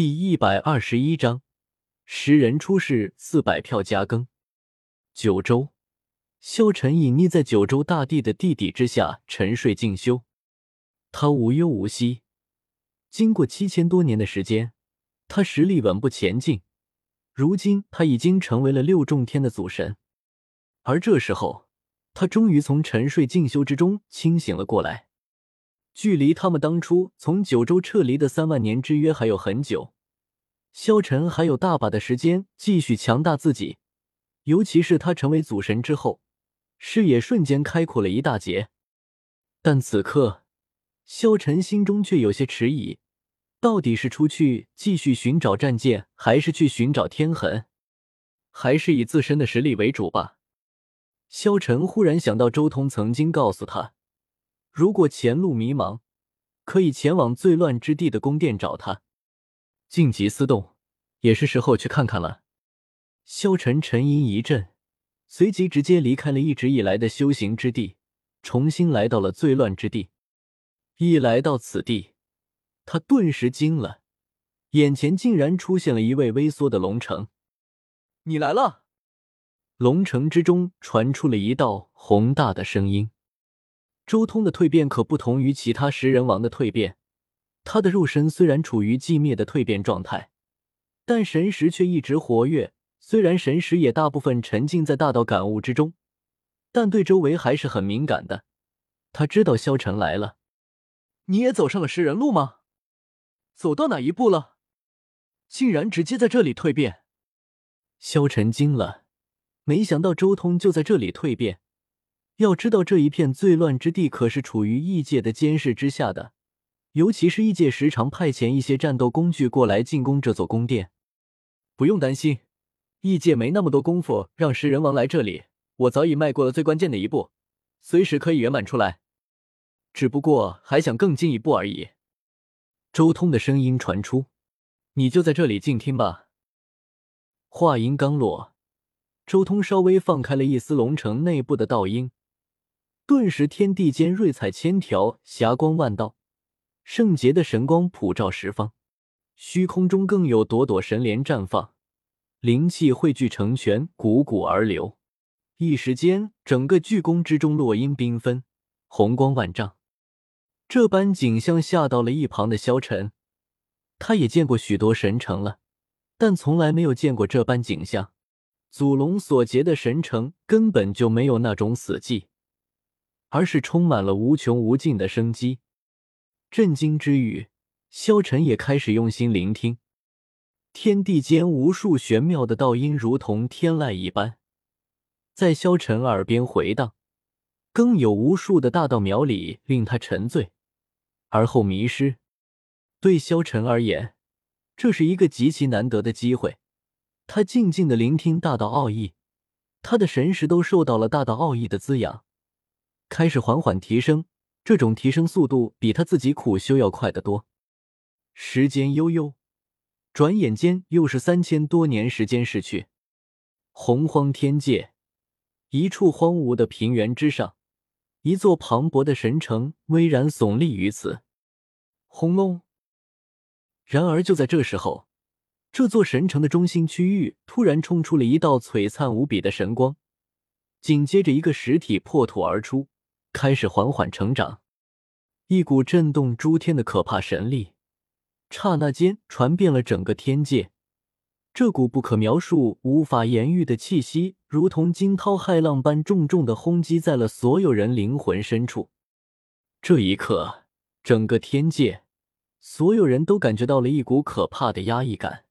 第121章10人出世400票加更。九州，萧晨隐匿在九州大帝的地底之下沉睡静修，他无忧无息。经过7000多年的时间，他实力稳步前进，如今他已经成为了6重天的祖神。而这时候，他终于从沉睡静修之中清醒了过来。距离他们当初从九州撤离的3万年之约还有很久，萧晨还有大把的时间继续强大自己，尤其是他成为祖神之后，视野瞬间开阔了一大截。但此刻，萧晨心中却有些迟疑，到底是出去继续寻找战舰，还是去寻找天痕？还是以自身的实力为主吧。萧晨忽然想到周通曾经告诉他，如果前路迷茫，可以前往最乱之地的宫殿找他。静极思动，也是时候去看看了。萧晨沉吟一阵，随即直接离开了一直以来的修行之地，重新来到了最乱之地。一来到此地，他顿时惊了，眼前竟然出现了一位微缩的龙城。你来了！龙城之中传出了一道宏大的声音。周通的蜕变可不同于其他10人王的蜕变，他的肉身虽然处于寂灭的蜕变状态，但神识却一直活跃，虽然神识也大部分沉浸在大道感悟之中，但对周围还是很敏感的。他知道萧晨来了。你也走上了10人路吗？走到哪一步了？竟然直接在这里蜕变。萧晨惊了，没想到周通就在这里蜕变。要知道这一片最乱之地可是处于异界的监视之下的，尤其是异界时常派遣一些战斗工具过来进攻这座宫殿。不用担心，异界没那么多功夫让10人王来这里，我早已迈过了最关键的一步，随时可以圆满出来，只不过还想更进一步而已。周通的声音传出，你就在这里静听吧。话音刚落，周通稍微放开了一丝龙城内部的道音，顿时天地间瑞彩千条，霞光万道，圣洁的神光普照十方，虚空中更有朵朵神莲绽放，灵气汇聚成泉，汩汩而流。一时间，整个巨宫之中落英缤纷，红光万丈。这般景象吓到了一旁的萧晨，他也见过许多神城了，但从来没有见过这般景象。祖龙所结的神城根本就没有那种死寂，而是充满了无穷无尽的生机。震惊之余，萧晨也开始用心聆听。天地间无数玄妙的道音如同天籁一般，在萧晨耳边回荡，更有无数的大道妙理令他沉醉，而后迷失。对萧晨而言，这是一个极其难得的机会。他静静地聆听大道奥义，他的神识都受到了大道奥义的滋养，开始缓缓提升，这种提升速度比他自己苦修要快得多。时间悠悠，转眼间又是3000多年时间逝去。洪荒天界，一处荒芜的平原之上，一座磅礴的神城巍然耸立于此。轰隆！然而就在这时候，这座神城的中心区域突然冲出了一道璀璨无比的神光，紧接着一个实体破土而出，开始缓缓成长。一股震动诸天的可怕神力刹那间传遍了整个天界，这股不可描述无法言喻的气息如同惊涛骇浪般重重地轰击在了所有人灵魂深处。这一刻，整个天界所有人都感觉到了一股可怕的压抑感。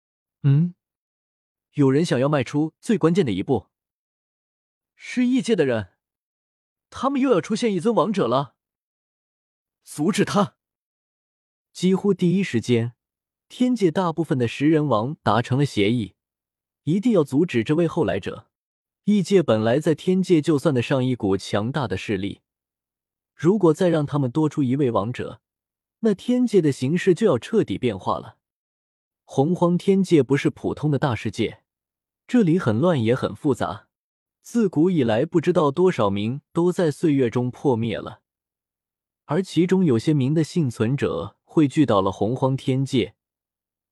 有人想要迈出最关键的一步。是异界的人，他们又要出现一尊王者了。阻止他！几乎第一时间，天界大部分的10人王达成了协议，一定要阻止这位后来者。异界本来在天界就算得上一股强大的势力，如果再让他们多出一位王者，那天界的形势就要彻底变化了。洪荒天界不是普通的大世界，这里很乱也很复杂，自古以来不知道多少名都在岁月中破灭了，而其中有些名的幸存者汇聚到了洪荒天界，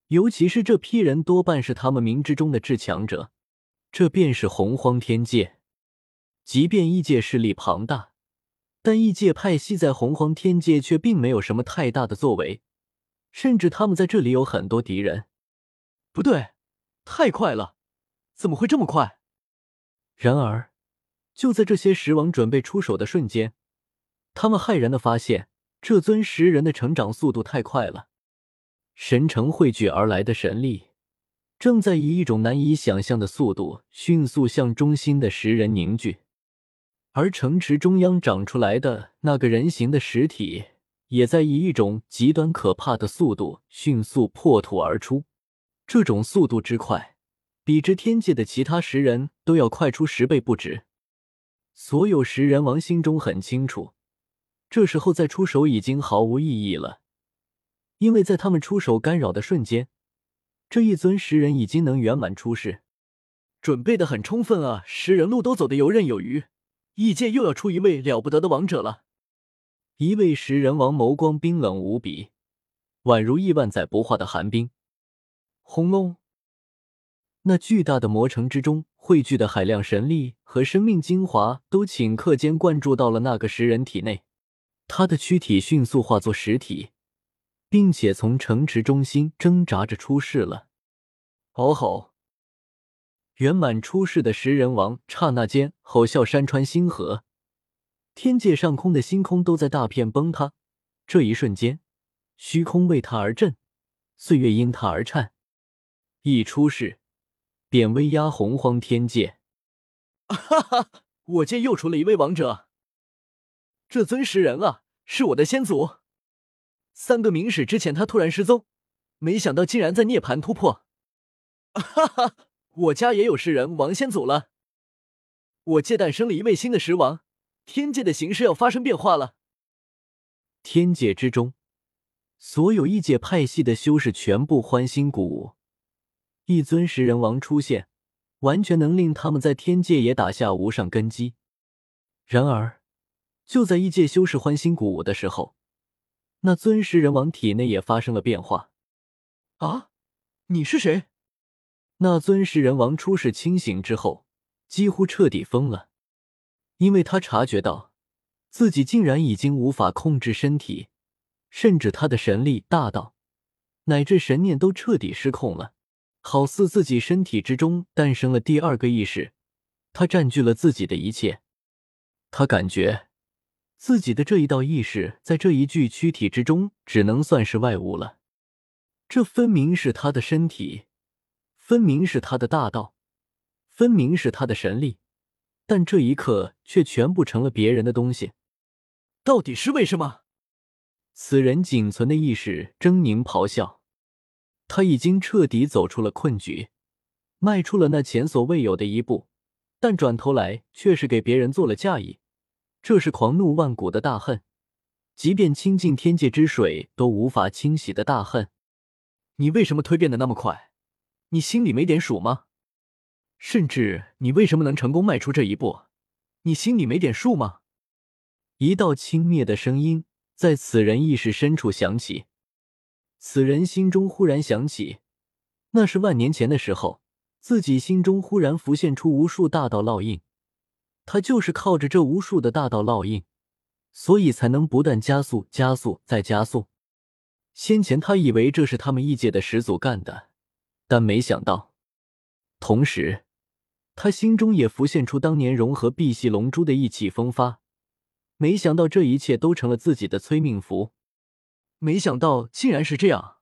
尤其是这批人多半是他们冥之中的至强者，这便是洪荒天界。即便异界势力庞大，但异界派系在洪荒天界却并没有什么太大的作为，甚至他们在这里有很多敌人。 不对，太快了，怎么会这么快？ 然而，就在这些石王准备出手的瞬间，他们骇然地发现，这尊石人的成长速度太快了。神城汇聚而来的神力，正在以一种难以想象的速度迅速向中心的石人凝聚，而城池中央长出来的那个人形的实体，也在以一种极端可怕的速度迅速破土而出。这种速度之快，比之天界的其他石人都要快出10倍不止。所有石人王心中很清楚，这时候再出手已经毫无意义了。因为在他们出手干扰的瞬间，这一尊石人已经能圆满出世。 准备得很充分啊，食人路都走得游刃有余，异界又要出一位了不得的王者了。 一位食人王眸光冰冷无比，宛如亿万载不化的寒冰。轰隆！那巨大的魔城之中汇聚的海量神力和生命精华都顷刻间灌注到了那个食人体内，他的躯体迅速化作实体，并且从城池中心挣扎着出世了。嗷吼！圆满出世的食人王刹那间吼啸山川星河，天界上空的星空都在大片崩塌。这一瞬间，虚空为他而震，岁月因他而颤。一出世，便威压洪荒天界。 哈哈，我界又出了一位王者。这尊石人啊，是我的先祖。3个冥史之前他突然失踪，没想到竟然在涅槃突破。哈哈，我家也有石人王先祖了。我界诞生了一位新的石王，天界的形势要发生变化了。 天界之中，所有异界派系的修士全部欢欣鼓舞。一尊食人王出现，完全能令他们在天界也打下无上根基。然而，就在异界修士欢欣鼓舞的时候，那尊食人王体内也发生了变化。 啊，你是谁？ 那尊食人王出世清醒之后，几乎彻底疯了，因为他察觉到自己竟然已经无法控制身体，甚至他的神力、大道乃至神念都彻底失控了。好似自己身体之中诞生了第二个意识，它占据了自己的一切。他感觉自己的这一道意识在这一具躯体之中只能算是外物了。这分明是他的身体，分明是他的大道，分明是他的神力，但这一刻却全部成了别人的东西。 到底是为什么？ 此人仅存的意识狰狞咆哮。他已经彻底走出了困局，迈出了那前所未有的一步，但转头来却是给别人做了嫁衣。这是狂怒万古的大恨，即便倾尽天界之水都无法清洗的大恨。 你为什么蜕变得那么快？你心里没点数吗？甚至你为什么能成功迈出这一步？你心里没点数吗？ 一道轻蔑的声音在此人意识深处响起。此人心中忽然想起，那是万年前的时候，自己心中忽然浮现出无数大道烙印。他就是靠着这无数的大道烙印，所以才能不断加速、加速再加速。先前他以为这是他们异界的始祖干的，但没想到。同时，他心中也浮现出当年融合碧玺龙珠的意气风发，没想到这一切都成了自己的催命符。 没想到竟然是这样。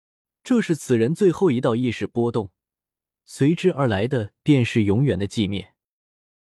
这是此人最后一道意识波动，随之而来的便是永远的寂灭。